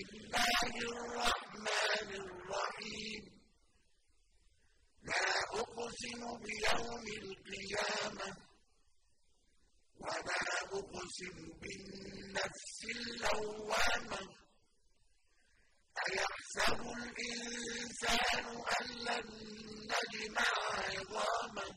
الله الرحمن الرحيم لا أقسم بيوم القيامة ولا أقسم بالنفس اللوامة أيحسب الإنسان أن لن نجمع عظامه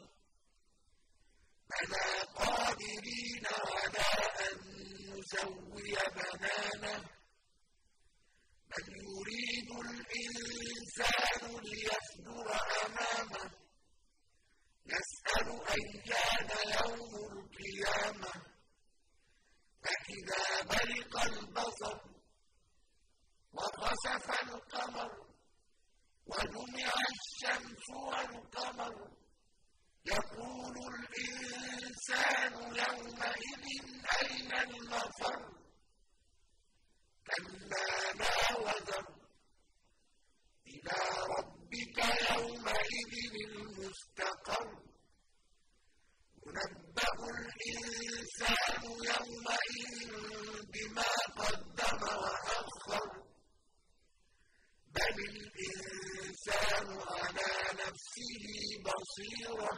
بلى قادرين على أن نسوي بنانه بل يريد الإنسان ليفجر أمامه يسأل أيان يوم القيامة فإذا برق البصر وخسف القمر وجمع الشمس والقمر يقول الإنسان يومئذ أين المفر كلا لا وزر إلى ربك يومئذ المستقر ينبأ الإنسان يومئذ بما قدم وأخر بل الإنسان على نفسه بصيرة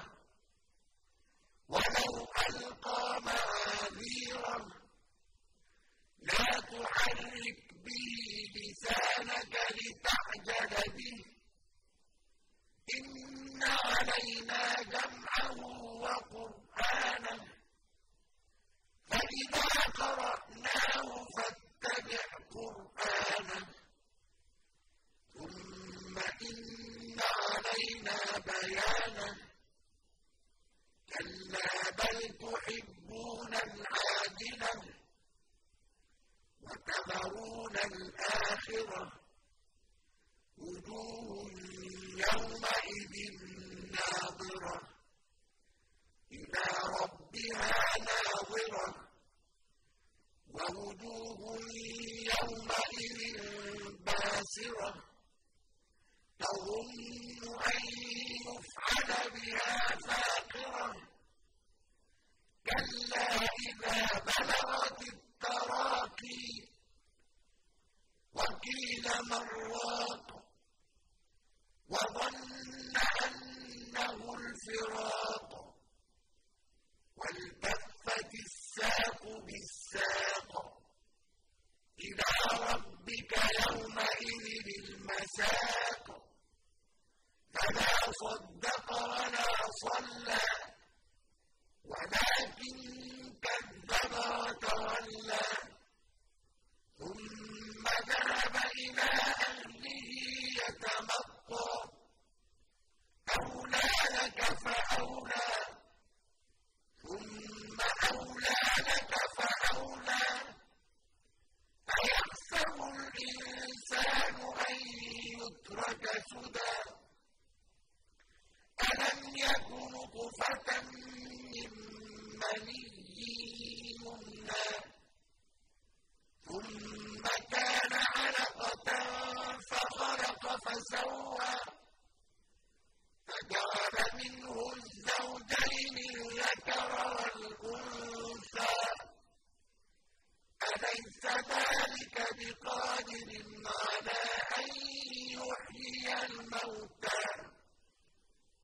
ولو ألقى معاذيره لا تحرك به لسانك لتعجل به إن علينا جمعه وقرآنه فإذا قرأناه فاتبع قرآنه ثم إن علينا بيانه كلا بل تحبون العاجلة وتذرون الآخرة وجوه يومئذ ناظرة إلى ربها ناظرة ووجوه يومئذ باسرة تظن أن يفعل بها فاقرة كلا إذا بلغت التراقي وقيل من راق وظن أنه الفراق والتفت الساق بالساق إلى ربك يومئذ المساق فلا صدق ولا صلى ولكن كذب وتولى ثم ذهب إلى أهله يتمطى أولى لك فأولى ثم أولى لك فأولى أيحسب الإنسان أن يترك سدى ألم يكن نطفة من مني